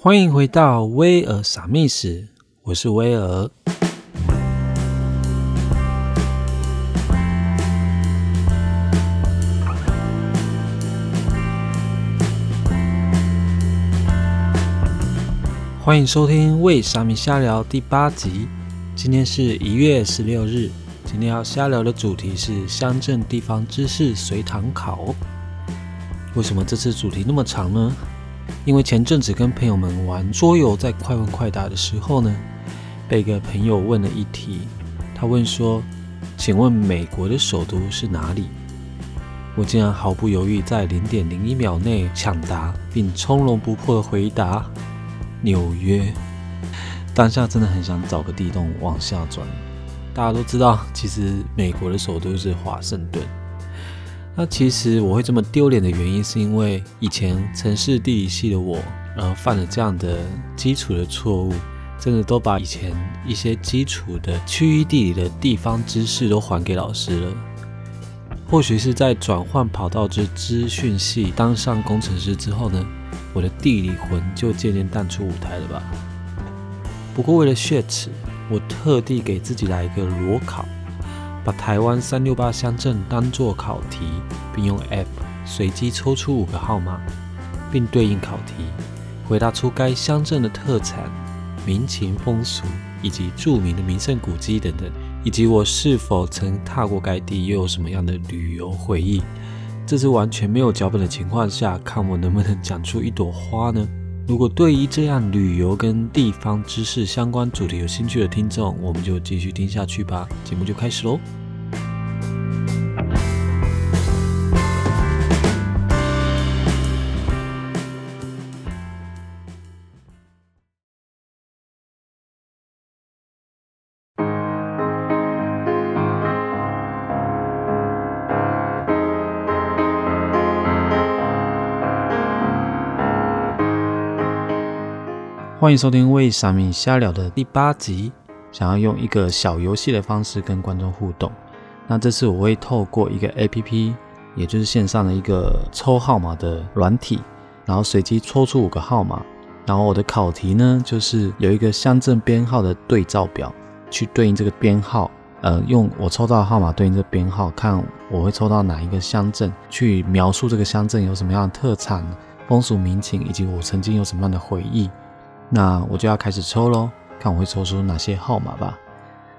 欢迎回到威尔傻密史，我是威尔。欢迎收听为傻密瞎聊第8集。今天是1月16日，今天要瞎聊的主题是乡镇地方知识随堂考。为什么这次主题那么长呢？因为前阵子跟朋友们玩桌游，在快问快答的时候呢，被一个朋友问了一题。他问说：“请问美国的首都是哪里？”我竟然毫不犹豫，在0.01秒内抢答，并从容不迫的回答：纽约。当下真的很想找个地洞往下钻。大家都知道，其实美国的首都是华盛顿。那其实我会这么丢脸的原因，是因为以前城市地理系的我，犯了这样的基础的错误，真的都把以前一些基础的区域地理的地方知识都还给老师了。或许是在转换跑道至资讯系当上工程师之后呢，我的地理魂就渐渐淡出舞台了吧。不过为了雪耻，我特地给自己来一个裸考，把台湾368乡镇当作考题，并用 App 随机抽出5个号码，并对应考题，回答出该乡镇的特产、民情风俗以及著名的名胜古迹等等，以及我是否曾踏过该地，又有什么样的旅游回忆。这是完全没有脚本的情况下，看我能不能讲出一朵花呢？如果对于这样旅游跟地方知识相关主题有兴趣的听众，我们就继续听下去吧。节目就开始咯。欢迎收听为傻咪瞎聊的第8集。想要用一个小游戏的方式跟观众互动，那这次我会透过一个 APP， 也就是线上的一个抽号码的软体，然后随机抽出5个号码，然后我的考题呢，就是有一个乡镇编号的对照表，去对应这个编号，用我抽到的号码对应这个编号，看我会抽到哪一个乡镇，去描述这个乡镇有什么样的特产、风俗民情，以及我曾经有什么样的回忆。那我就要开始抽咯，看我会抽出哪些号码吧。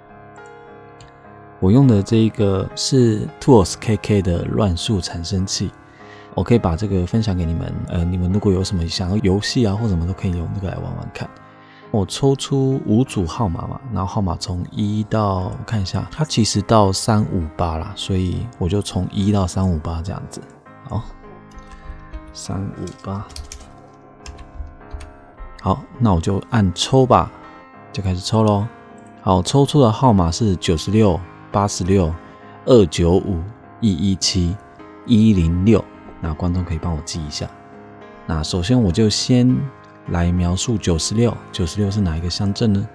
我用的这一个是 Tools KK 的乱数产生器，我可以把这个分享给你们。你们如果有什么想要游戏啊或什么都可以用这个来玩玩看。我抽出5组号码嘛，然后号码从1到我看一下，它其实到358啦，所以我就从1到358这样子。好，358。好，那我就按抽吧，就开始抽咯。好，抽出的号码是96、86、295、117、106。那观众可以帮我记一下。那首先我就先来描述96。96是哪一个乡镇呢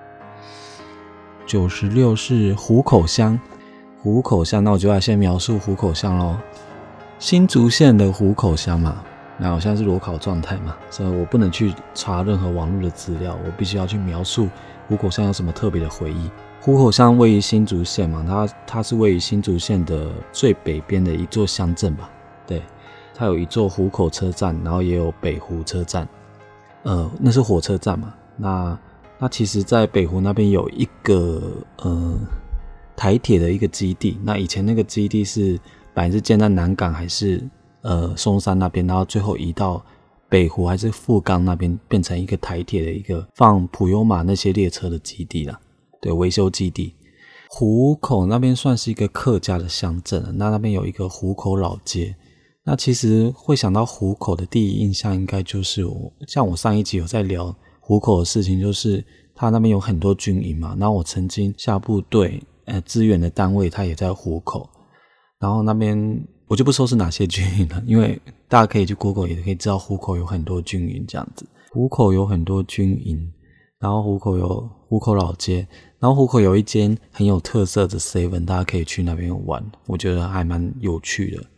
？96是湖口乡。湖口乡，那我就要先描述湖口乡咯。新竹县的湖口乡嘛。那我现在是裸考状态嘛，所以我不能去查任何网络的资料，我必须要去描述湖口乡有什么特别的回忆。湖口乡位于新竹县嘛，它是位于新竹县的最北边的一座乡镇吧。对，它有一座湖口车站，然后也有北湖车站，那是火车站嘛。那其实在北湖那边有一个台铁的一个基地，那以前那个基地是本来是建在南港还是松山那边，然后最后移到北湖还是富冈那边，变成一个台铁的一个放普悠玛那些列车的基地啦，对，维修基地。湖口那边算是一个客家的乡镇，那边有一个湖口老街。那其实会想到湖口的第一印象，应该就是像我上一集有在聊湖口的事情，就是他那边有很多军营嘛，然后我曾经下部队支援的单位，他也在湖口，然后那边我就不说是哪些军营了，因为大家可以去 Google 也可以知道湖口有很多军营这样子。湖口有很多军营，然后湖口有湖口老街，然后湖口有一间很有特色的 7， 大家可以去那边玩，我觉得还蛮有趣的。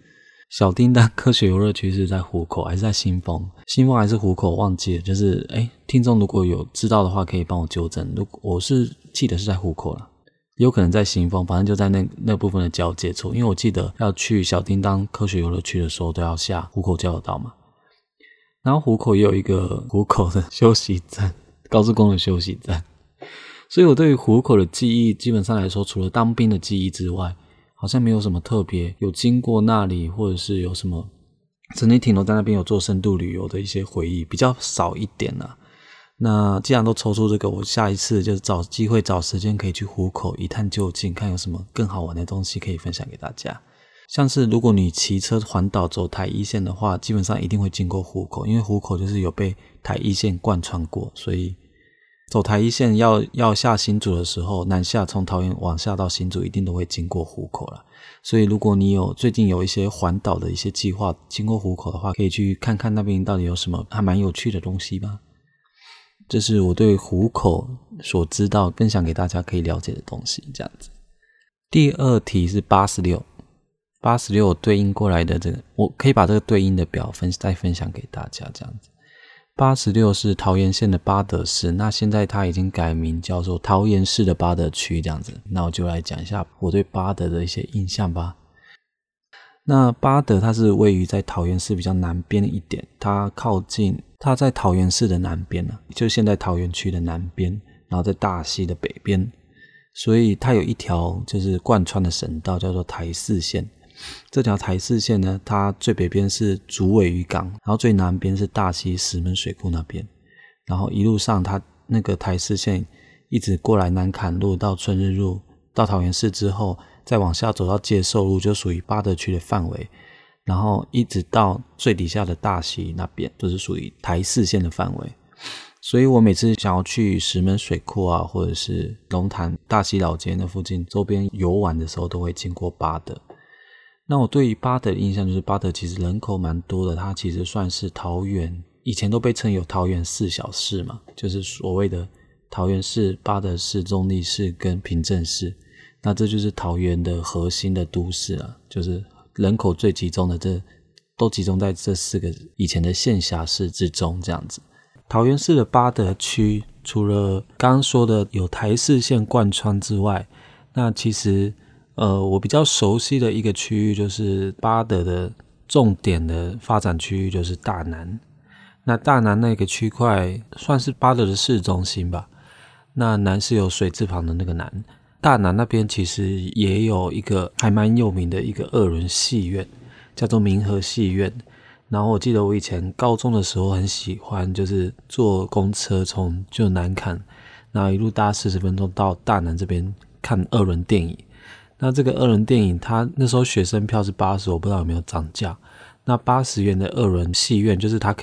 小叮当科学游乐区是在湖口还是在新丰？新丰还是湖口忘记了，就是听众如果有知道的话可以帮我纠正。如果我是记得是在湖口啦，有可能在新丰，反正就在那部分的交界处，因为我记得要去小叮当科学游乐区的时候都要下湖口交流道嘛。然后湖口也有一个湖口的休息站，高速公路休息站，所以我对于湖口的记忆基本上来说，除了当兵的记忆之外，好像没有什么特别有经过那里，或者是有什么曾经停留在那边有做深度旅游的一些回忆，比较少一点啦。那既然都抽出这个，我下一次就是找机会找时间可以去湖口一探究竟，看有什么更好玩的东西可以分享给大家。像是如果你骑车环岛走台一线的话，基本上一定会经过湖口，因为湖口就是有被台一线贯穿过，所以走台一线要下新竹的时候，南下从桃园往下到新竹一定都会经过湖口啦。所以如果你最近有一些环岛的一些计划经过湖口的话，可以去看看那边到底有什么还蛮有趣的东西吧。这是我对湖口所知道分享给大家可以了解的东西，这样子。第二题是86对应过来的这个，我可以把这个对应的表再分享给大家，这样子。86是桃园县的八德市，那现在它已经改名叫做桃园市的八德区，这样子。那我就来讲一下我对八德的一些印象吧。那八德它是位于在桃园市比较南边一点，它在桃园市的南边就是现在桃园区的南边，然后在大溪的北边，所以它有一条就是贯穿的省道叫做台四线。这条台四线呢，它最北边是竹尾渔港，然后最南边是大溪石门水库那边，然后一路上它那个台四线一直过来南坎路到春日路到桃园市之后，再往下走到介寿路就属于八德区的范围，然后一直到最底下的大溪那边就是属于台四线的范围。所以我每次想要去石门水库啊，或者是龙潭大溪老街那附近周边游玩的时候，都会经过八德。那我对于八德的印象就是八德其实人口蛮多的，它其实算是桃园，以前都被称有桃园4小市嘛，就是所谓的桃园市、八德市、中坜市跟平镇市。那这就是桃园的核心的都市啊，就是人口最集中的都集中在这4个以前的县辖市之中这样子。桃园市的八德区除了刚刚说的有台四线贯穿之外，那其实我比较熟悉的一个区域就是八德的重点的发展区域就是大南。那大南那个区块算是八德的市中心吧，那南是有水字旁的那个南。大南那边其实也有一个还蛮有名的一个2轮戏院，叫做民和戏院。然后我记得我以前高中的时候很喜欢就是坐公车从就南坎，然后一路搭40分钟到大南这边看2轮电影。那这个2轮电影它那时候学生票是80，我不知道有没有涨价。那80元的2轮戏院就是它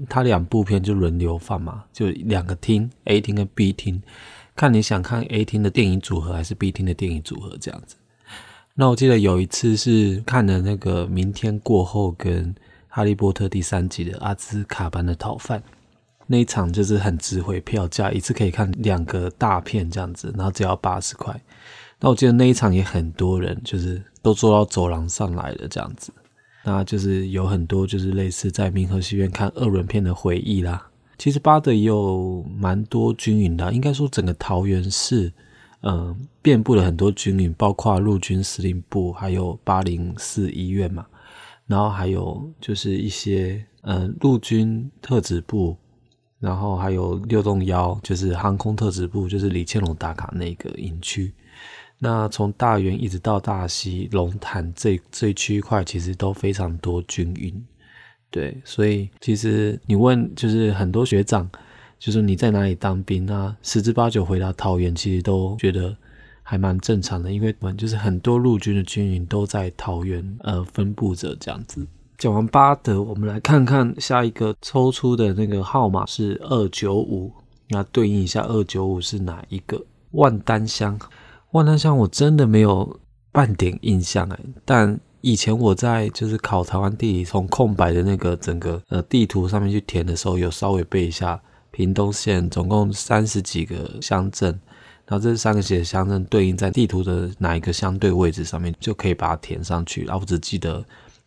2部片就轮流放嘛，就2个厅 A 厅跟 B 厅，看你想看 A 厅的电影组合还是 B 厅的电影组合这样子。那我记得有一次是看了那个明天过后跟哈利波特第3集的阿兹卡班的逃犯，那一场就是很值回票价，一次可以看2个大片这样子，然后只要80块。那我记得那一场也很多人就是都坐到走廊上来了这样子，那就是有很多就是类似在民和戏院看2轮片的回忆啦。其实八德也有蛮多军营的，应该说整个桃园市遍布了很多军营，包括陆军司令部还有804医院嘛，然后还有就是一些陆军特指部，然后还有601就是航空特指部，就是李乾隆打卡那个营区。那从大园一直到大溪、龙潭这一区块其实都非常多军营。对，所以其实你问就是很多学长就是你在哪里当兵啊，10之8九回答桃园其实都觉得还蛮正常的，因为就是很多陆军的军营都在桃园分布着这样子。讲完八德，我们来看看下一个抽出的那个号码是295，那对应一下295是哪一个？万丹乡。万丹乡我真的没有半点印象但以前我在就是考台湾地理从空白的那个整个地图上面去填的时候，有稍微背一下屏东县总共30几个乡镇，然后这30个乡镇对应在地图的哪一个相对位置上面，就可以把它填上去。然后我只记得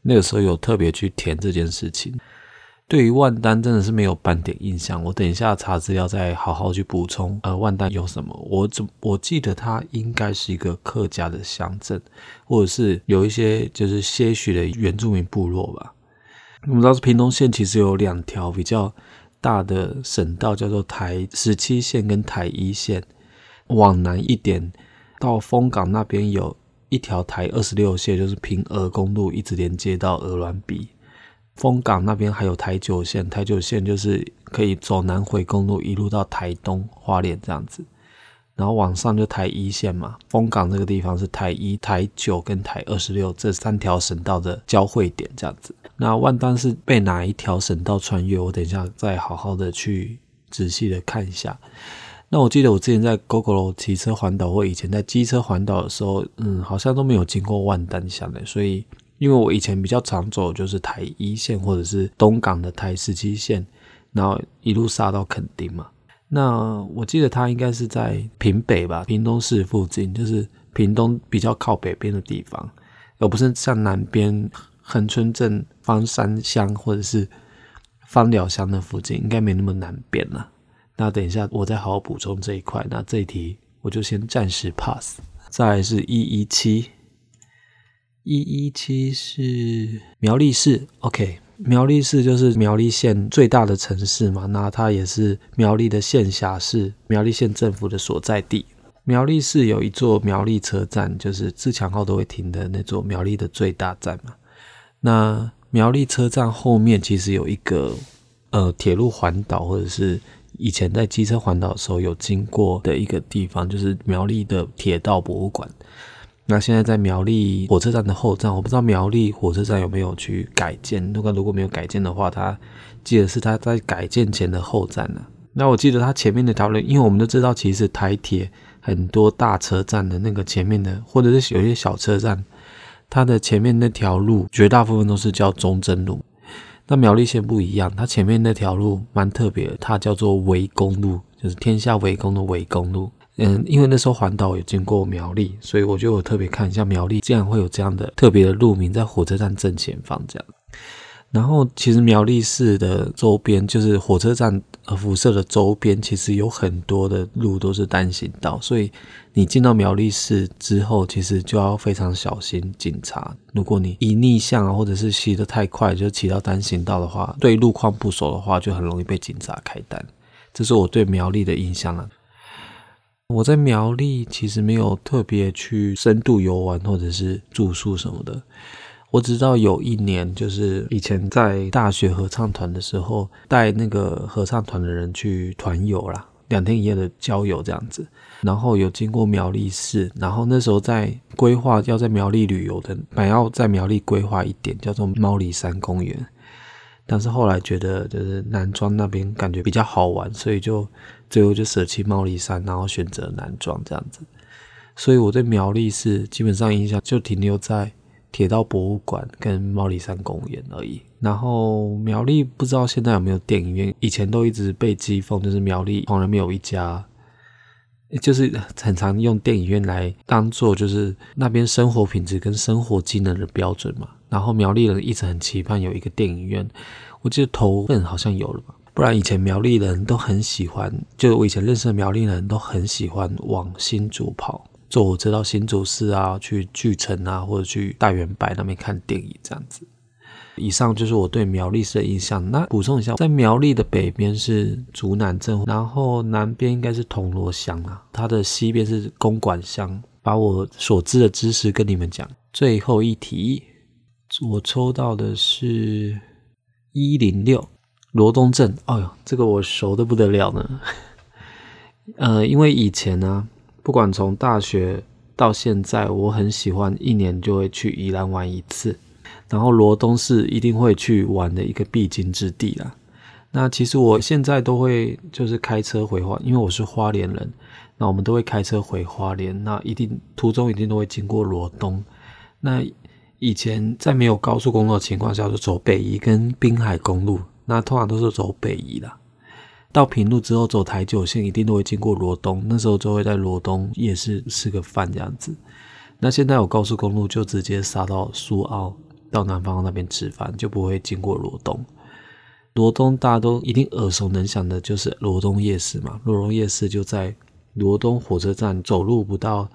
那个时候有特别去填这件事情。对于万丹真的是没有半点印象，我等一下查资料再好好去补充。万丹有什么？我记得它应该是一个客家的乡镇，或者是有一些就是些许的原住民部落吧。我们知道屏东县其实有2条比较大的省道，叫做台17线跟台1线。往南一点到丰港那边有一条台26线，就是屏鹅公路一直连接到鹅銮鼻。丰港那边还有台9线，台9线就是可以走南回公路一路到台东花莲这样子，然后往上就台1线嘛。丰港这个地方是台1、台9跟台26这3条省道的交汇点这样子。那万丹是被哪一条省道穿越，我等一下再好好的去仔细的看一下。那我记得我之前在 GoGo 骑车环岛或以前在机车环岛的时候，好像都没有经过万丹乡的，所以因为我以前比较常走就是台1线或者是东港的台17线，然后一路杀到垦丁嘛。那我记得它应该是在屏北吧，屏东市附近，就是屏东比较靠北边的地方，而不是像南边恒春镇方山乡或者是枋寮乡的附近，应该没那么南边啦。那等一下我再好好补充这一块，那这一题我就先暂时 pass。 再来是117是苗栗市。 OK， 苗栗市就是苗栗县最大的城市嘛，那它也是苗栗的县辖市，苗栗县政府的所在地。苗栗市有一座苗栗车站，就是自强号都会停的那座苗栗的最大站嘛。那苗栗车站后面其实有一个铁路环岛，或者是以前在机车环岛的时候有经过的一个地方，就是苗栗的铁道博物馆。那现在在苗栗火车站的后站，我不知道苗栗火车站有没有去改建，如果没有改建的话，记得是它在改建前的后站啊。那我记得它前面的条路，因为我们都知道其实台铁很多大车站的那个前面的，或者是有一些小车站，它的前面那条路绝大部分都是叫中正路。那苗栗县不一样，它前面那条路蛮特别的，它叫做围公路，就是天下围攻的围公路。因为那时候环岛有经过苗栗，所以我就有特别看一下苗栗竟然会有这样的特别的路名在火车站正前方这样。然后其实苗栗市的周边，就是火车站辐射的周边，其实有很多的路都是单行道，所以你进到苗栗市之后，其实就要非常小心警察。如果你一逆向或者是骑得太快就骑到单行道的话，对路况不熟的话，就很容易被警察开单。这是我对苗栗的印象啊。我在苗栗其实没有特别去深度游玩或者是住宿什么的，我只知道有一年就是以前在大学合唱团的时候，带那个合唱团的人去团游啦，2天1夜的郊游这样子，然后有经过苗栗市，然后那时候在规划要在苗栗旅游的，本来要在苗栗规划一点叫做猫里山公园，但是后来觉得就是南庄那边感觉比较好玩，所以就最后就舍弃猫里山，然后选择南庄这样子。所以我对苗栗市基本上印象就停留在铁道博物馆跟猫里山公园而已。然后苗栗不知道现在有没有电影院，以前都一直被讥讽，就是苗栗从来没有一家，就是很常用电影院来当做就是那边生活品质跟生活机能的标准嘛。然后苗栗人一直很期盼有一个电影院，我记得头份好像有了吧，不然以前苗栗人都很喜欢，就我以前认识的苗栗人都很喜欢往新竹跑，坐火车到新竹市啊，去巨城啊，或者去大圆柏那边看电影这样子。以上就是我对苗栗市的印象。那补充一下，在苗栗的北边是竹南镇，然后南边应该是铜锣乡啊，它的西边是公馆乡。把我所知的知识跟你们讲。最后一题，我抽到的是106罗东镇。哎呦，这个我熟得不得了呢。因为以前呢，不管从大学到现在，我很喜欢一年就会去宜兰玩一次，然后罗东是一定会去玩的一个必经之地啦。那其实我现在都会就是开车回花，因为我是花莲人，那我们都会开车回花莲，那一定途中一定都会经过罗东。那以前在没有高速公路的情况下，就走北宜跟滨海公路，那通常都是走北宜啦。到平路之后走台9线一定都会经过罗东，那时候就会在罗东夜市吃个饭这样子。那现在有高速公路就直接杀到苏澳到南方那边吃饭，就不会经过罗东。罗东大家都一定耳熟能详的就是罗东夜市嘛，罗东夜市就在罗东火车站，走路不到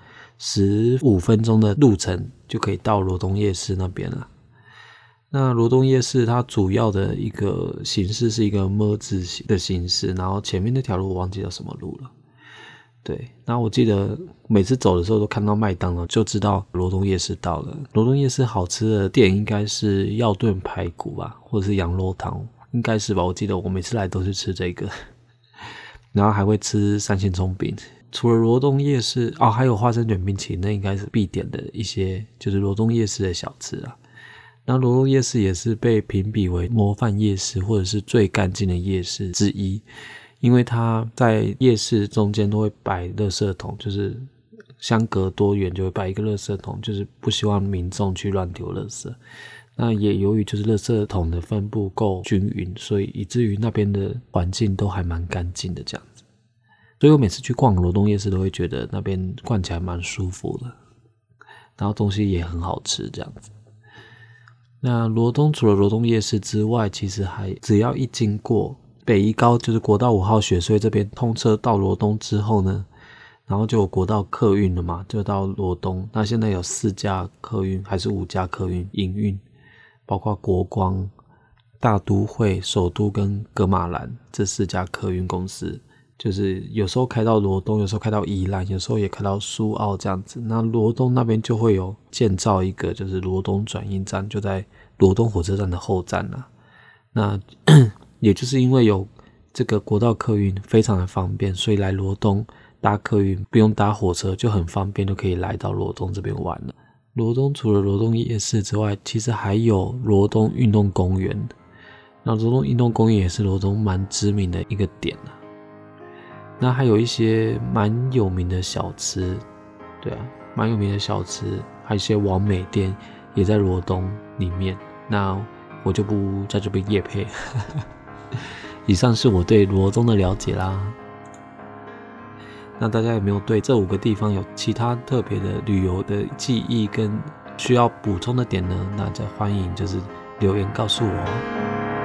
15分钟的路程就可以到罗东夜市那边了。那罗东夜市它主要的一个形式是一个么字形的形式，然后前面那条路我忘记叫什么路了。对，然后我记得每次走的时候都看到麦当劳，就知道罗东夜市到了。罗东夜市好吃的店应该是药炖排骨吧，或者是羊肉汤，应该是吧，我记得我每次来都是吃这个。然后还会吃三鲜葱饼。除了罗东夜市还有花生卷冰淇淋，那应该是必点的一些就是罗东夜市的小吃啊。那罗东夜市也是被评比为模范夜市或者是最干净的夜市之一，因为它在夜市中间都会摆垃圾桶，就是相隔多远就会摆一个垃圾桶，就是不希望民众去乱丢垃圾。那也由于就是垃圾桶的分布够均匀，所以以至于那边的环境都还蛮干净的这样子。所以我每次去逛罗东夜市都会觉得那边逛起来蛮舒服的，然后东西也很好吃这样子。那罗东除了罗东夜市之外，其实还只要一经过北宜高，就是国道5号雪隧这边通车到罗东之后呢，然后就有国道客运了嘛，就到罗东。那现在有4家客运还是5家客运营运，包括国光、大都会、首都跟噶玛兰这4家客运公司，就是有时候开到罗东，有时候开到宜兰，有时候也开到苏澳这样子。那罗东那边就会有建造一个就是罗东转运站，就在罗东火车站的后站啦。那也就是因为有这个国道客运非常的方便，所以来罗东搭客运不用搭火车就很方便，就可以来到罗东这边玩了。罗东除了罗东夜市之外，其实还有罗东运动公园。那罗东运动公园也是罗东蛮知名的一个点啊。那还有一些蛮有名的小吃，对啊，蛮有名的小吃，还有一些网美店也在罗东里面。那我就不在这边业配。以上是我对罗东的了解啦。那大家有没有对这5个地方有其他特别的旅游的记忆跟需要补充的点呢？那就欢迎就是留言告诉我哦。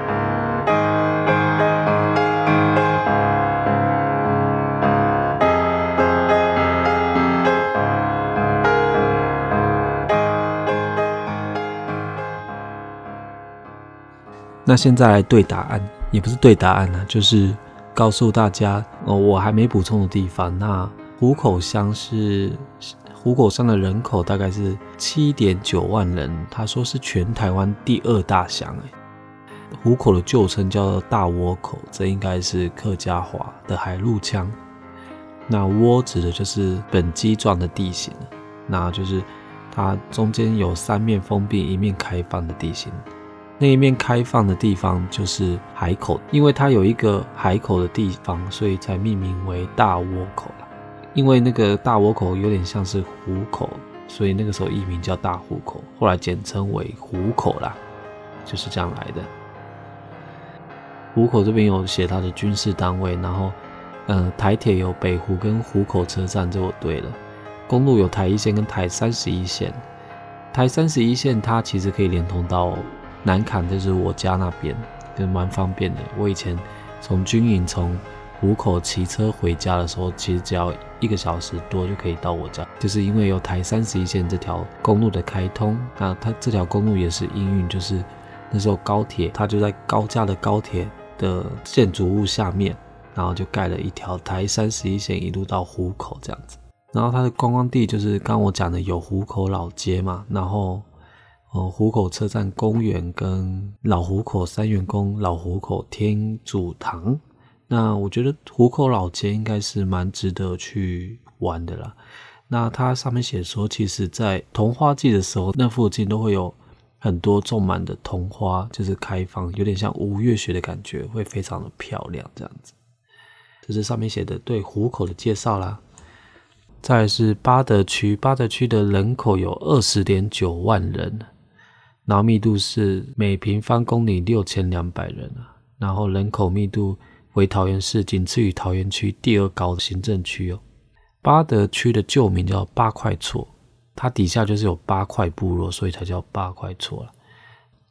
那现在来对答案，也不是对答案啊，就是告诉大家我还没补充的地方。那湖口乡的人口大概是 7.9 万人，他说是全台湾第2大乡。湖口的旧称叫做大窝口，这应该是客家话的海陆腔。那窝指的就是本基状的地形，那就是它中间有3面封闭1面开放的地形。那一面开放的地方就是海口，因为它有一个海口的地方，所以才命名为大窝口啦。因为那个大窝口有点像是湖口，所以那个时候艺名叫大湖口，后来简称为湖口啦，就是这样来的。湖口这边有写它的军事单位，然后台铁有北湖跟湖口车站，这我对了。公路有台1线跟台31线，台31线它其实可以连通到南崁，就是我家那边，就蛮方便的。我以前从军营从湖口骑车回家的时候，其实只要1个小时多就可以到我家，就是因为有台31线这条公路的开通。那它这条公路也是因运，就是那时候高铁它就在高架的高铁的建筑物下面，然后就盖了一条台31线一路到湖口这样子。然后它的观光地就是刚刚我讲的有湖口老街嘛，然后湖口车站公园跟老湖口三元宫、老湖口天主堂。那我觉得湖口老街应该是蛮值得去玩的啦。那它上面写说，其实在桐花季的时候，那附近都会有很多种满的桐花，就是开放，有点像5月雪的感觉，会非常的漂亮这样子。这是上面写的对湖口的介绍啦。再来是八德区，八德区的人口有 20.9 万人，然后密度是每平方公里6200人，然后人口密度为桃园市仅次于桃园区第2高的行政区哦。八德区的旧名叫八块厝，它底下就是有8块部落，所以才叫八块厝啦。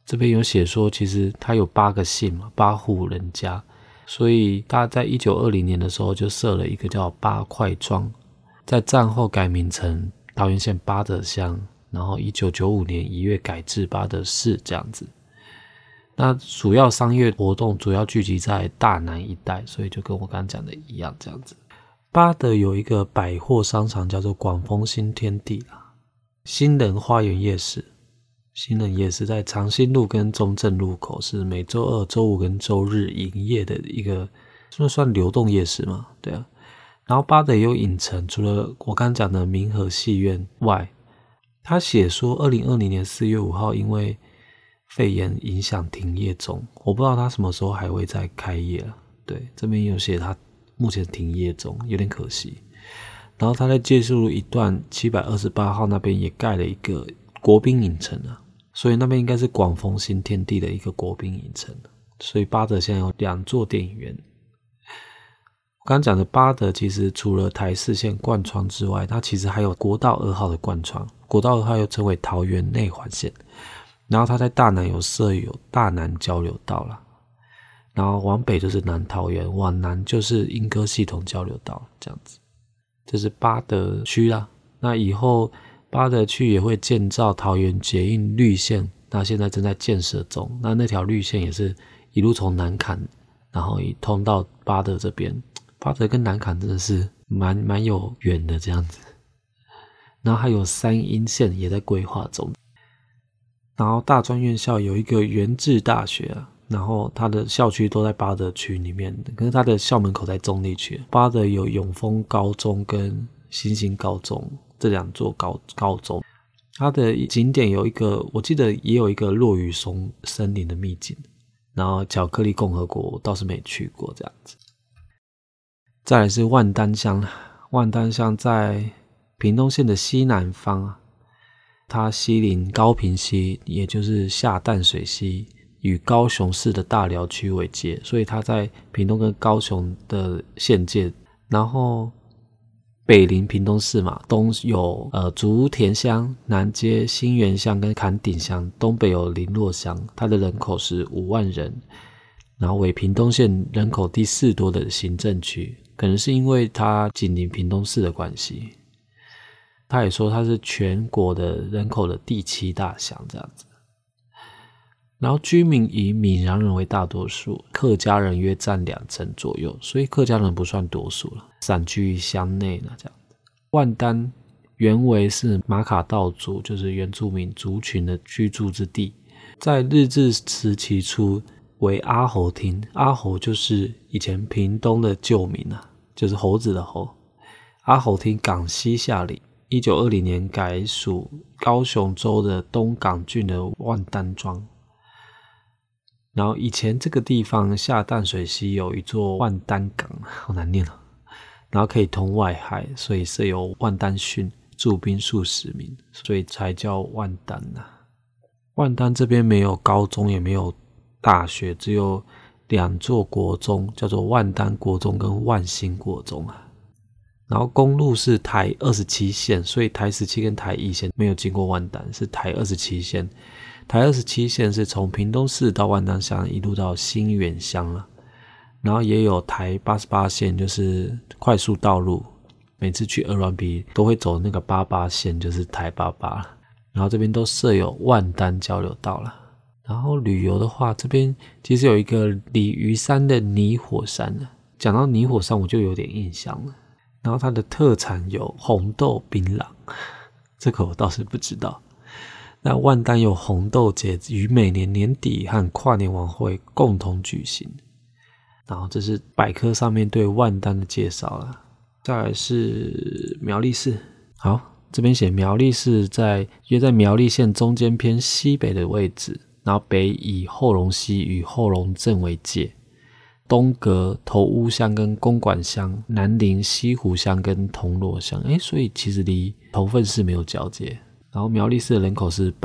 这边有写说其实它有8个姓嘛，8户人家，所以他在1920年的时候就设了一个叫八块庄，在战后改名成桃园县八德乡，然后1995年1月改制八德市这样子。那主要商业活动主要聚集在大南一带，所以就跟我刚刚讲的一样这样子。八德有一个百货商场叫做广丰新天地啦，新人花园夜市，新人夜市在长兴路跟中正路口，是每周二、周五跟周日营业的一个算流动夜市嘛，对啊。然后八德也有影城，除了我刚刚讲的民和戏院外，他写说2020年4月5号因为肺炎影响停业中，我不知道他什么时候还会再开业了。对，这边有写他目前停业中，有点可惜。然后他在介绍一段728号那边也盖了一个国宾影城啊，所以那边应该是广丰新天地的一个国宾影城。所以八德现在有2座电影院。我刚刚讲的八德其实除了台四线贯穿之外，它其实还有国道2号的贯穿，国道2号又称为桃园内环线。然后它在大南设有大南交流道啦，然后往北就是南桃园，往南就是莺歌系统交流道这样子。这是八德区啦。那以后八德区也会建造桃园捷运绿线，那现在正在建设中。那条绿线也是一路从南崁，然后通到八德这边。八德跟南崁真的是蛮有缘的这样子。然后还有三鶯线也在规划中。然后大专院校有一个元智大学啊，然后它的校区都在八德区里面，可是它的校门口在中立区。八德有永丰高中跟新兴高中这2座高中，它的景点有一个，我记得也有一个落羽松森林的秘境，然后巧克力共和国我倒是没去过这样子。再来是万丹乡，万丹乡在屏东县的西南方啊，它毗邻高屏溪，也就是下淡水溪，与高雄市的大寮区为界，所以它在屏东跟高雄的县界。然后北邻屏东市嘛，东有竹田乡、南接新园乡跟坎顶乡，东北有林落乡，它的人口是5万人，然后为屏东县人口第4多的行政区，可能是因为它紧邻屏东市的关系。他也说它是全国的人口的第7大乡这样子。然后居民以闽南人为大多数，客家人约占2%左右，所以客家人不算多数了，散居于乡内呢这样子。万丹原为是马卡道族，就是原住民族群的居住之地，在日治时期初为阿猴町，阿猴就是以前屏东的旧名啊，就是猴子的猴。阿猴町港西下里1920年改属高雄州的东港郡的万丹庄。然后以前这个地方下淡水溪有一座万丹港，好难念哦，然后可以通外海，所以设有万丹训，驻兵数十名，所以才叫万丹啊。万丹这边没有高中也没有大学，只有2座国中，叫做万丹国中跟万兴国中啊。然后公路是台27线，所以台17跟台1线没有经过万丹，是台27线。台27线是从屏东市到万丹乡一路到新园乡了。然后也有台88线，就是快速道路，每次去鹅銮鼻都会走那个88线，就是台88了。然后这边都设有万丹交流道了。然后旅游的话，这边其实有一个鲤鱼山的泥火山了。讲到泥火山我就有点印象了。然后它的特产有红豆槟榔，这个我倒是不知道。那万丹有红豆节，于每年年底和跨年晚会共同举行。然后这是百科上面对万丹的介绍了。再来是苗栗市，好，这边写苗栗市约在苗栗县中间偏西北的位置，然后北以后龙溪与后龙镇为界，东隔头屋乡跟公馆乡，南邻西湖乡跟铜锣乡，所以其实离头份市没有交界。然后苗栗市的人口是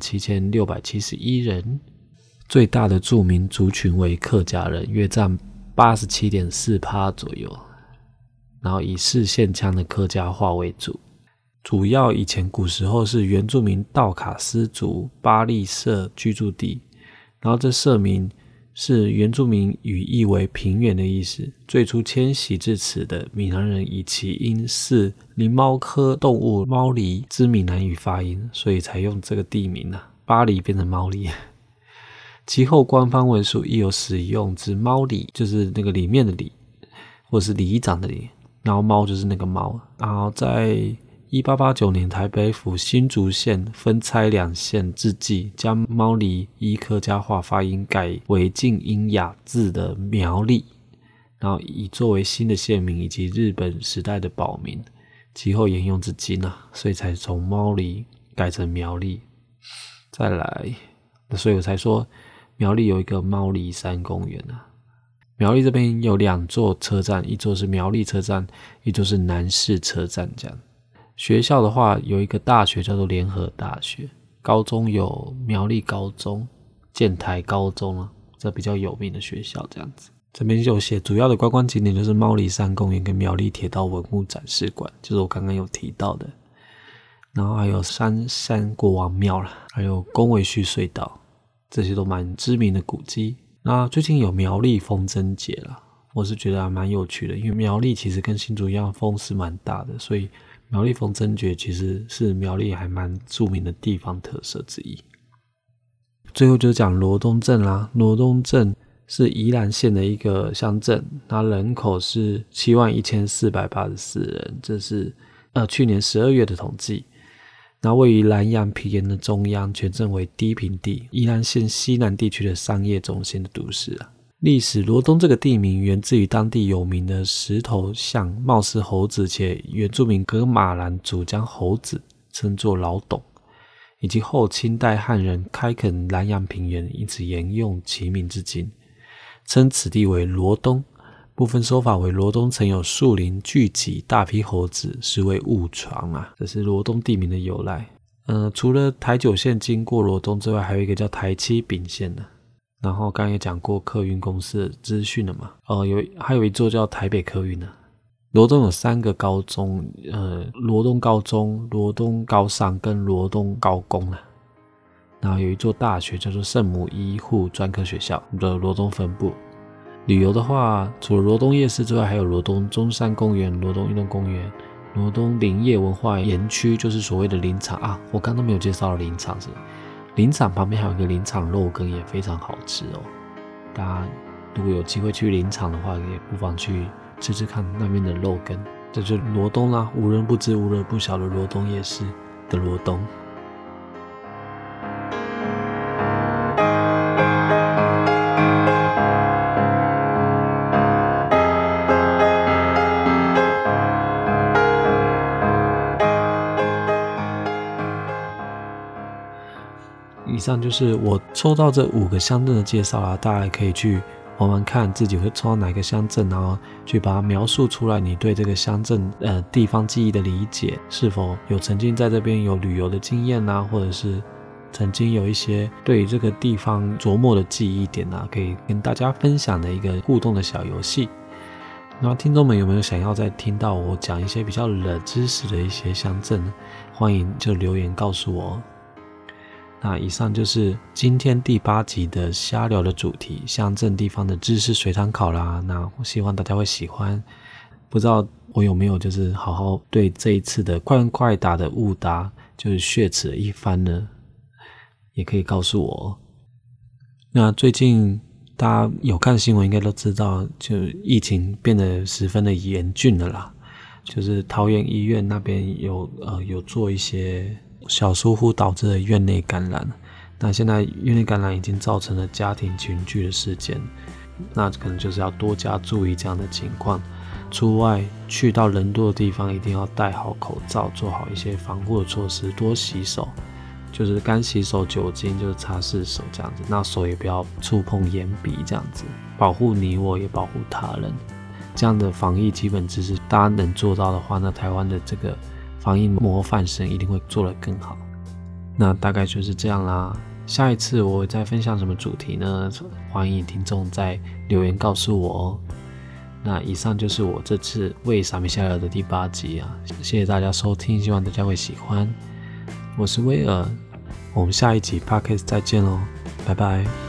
87671人，最大的住民族群为客家人，约占 87.4% 左右，然后以市县腔的客家话为主。主要以前古时候是原住民道卡斯族巴利社居住地， 然后这社名是原住民语义为平原的意思，最初迁徙至此的闽南人以其因是灵猫科动物猫狸之闽南语发音，所以才用这个地名巴黎变成猫狸。其后官方文书亦有使用之猫里，就是那个里面的里，或者是里长的里，然后猫就是那个猫。然后在1889年台北府新竹县分拆2县之际，将猫里依客家话发音改为近音雅字的苗栗，然后以作为新的县名以及日本时代的保名，其后沿用至今所以才从猫里改成苗栗。再来，所以我才说苗栗有一个猫狸山公园苗栗这边有2座车站，一座是苗栗车站，一座是南势车站这样。学校的话有一个大学叫做联合大学，高中有苗栗高中、建台高中这比较有名的学校这样子。这边就有写主要的观光景点就是猫狸山公园跟苗栗铁道文物展示馆，就是我刚刚有提到的。然后还有山国王庙还有宫尾须隧道，这些都蛮知名的古迹。那最近有苗栗风筝节我是觉得还蛮有趣的，因为苗栗其实跟新竹一样风是蛮大的，所以苗栗风筝节其实是苗栗还蛮著名的地方特色之一。最后就是讲罗东镇罗东镇是宜兰县的一个乡镇，它人口是71484人，这是去年12月的统计。那位于南洋平原的中央，全镇为低平地，宜兰县西南地区的商业中心的都市历史，罗东这个地名源自于当地有名的石头像貌似猴子，且原住民噶玛兰族将猴子称作老董，以及后清代汉人开垦南洋平原，因此沿用其名至今，称此地为罗东。部分说法为罗东曾有树林聚集大批猴子，实为误传这是罗东地名的由来。除了台九线经过罗东之外，还有一个叫台七丙线然后刚才也讲过客运公司的资讯了嘛，还有一座叫台北客运罗东有3个高中，罗东高中、罗东高商跟罗东高工然后有一座大学叫做圣母医护专科学校的罗东分部。旅游的话，除了罗东夜市之外，还有罗东中山公园、罗东运动公园、罗东林业文化园区，就是所谓的林场我刚刚都没有介绍的林场是林场旁边还有一个林场肉羹，也非常好吃大家如果有机会去林场的话，也不妨去吃吃看那边的肉羹。这就是罗东无人不知无人不晓的罗东夜市的罗东。以上就是我抽到这5个乡镇的介绍大家可以去玩玩看，自己会抽到哪个乡镇，然后去把它描述出来，你对这个乡镇地方记忆的理解，是否有曾经在这边有旅游的经验或者是曾经有一些对于这个地方琢磨的记忆点可以跟大家分享的一个互动的小游戏。然后听众们有没有想要再听到我讲一些比较冷知识的一些乡镇，欢迎就留言告诉我。那以上就是今天第8集的瞎聊的主题，乡镇地方的知识随堂考那我希望大家会喜欢。不知道我有没有就是好好对这一次的快问快答的误答就是血耻了一番呢？也可以告诉我。那最近大家有看新闻应该都知道，就疫情变得十分的严峻了就是桃园医院那边有做一些小疏忽导致的院内感染，那现在院内感染已经造成了家庭群聚的事件，那可能就是要多加注意这样的情况。出外去到人多的地方一定要戴好口罩，做好一些防护的措施，多洗手，就是干洗手、酒精就是擦拭手这样子，那手也不要触碰眼鼻这样子，保护你我也保护他人。这样的防疫基本知识大家能做到的话，那台湾的这个防疫模范生一定会做得更好。那大概就是这样啦。下一次我会再分享什么主题呢？欢迎听众在留言告诉我那以上就是我这次为傻咪瞎聊的第8集谢谢大家收听，希望大家会喜欢。我是威尔，我们下一集 Podcast 再见咯，拜拜。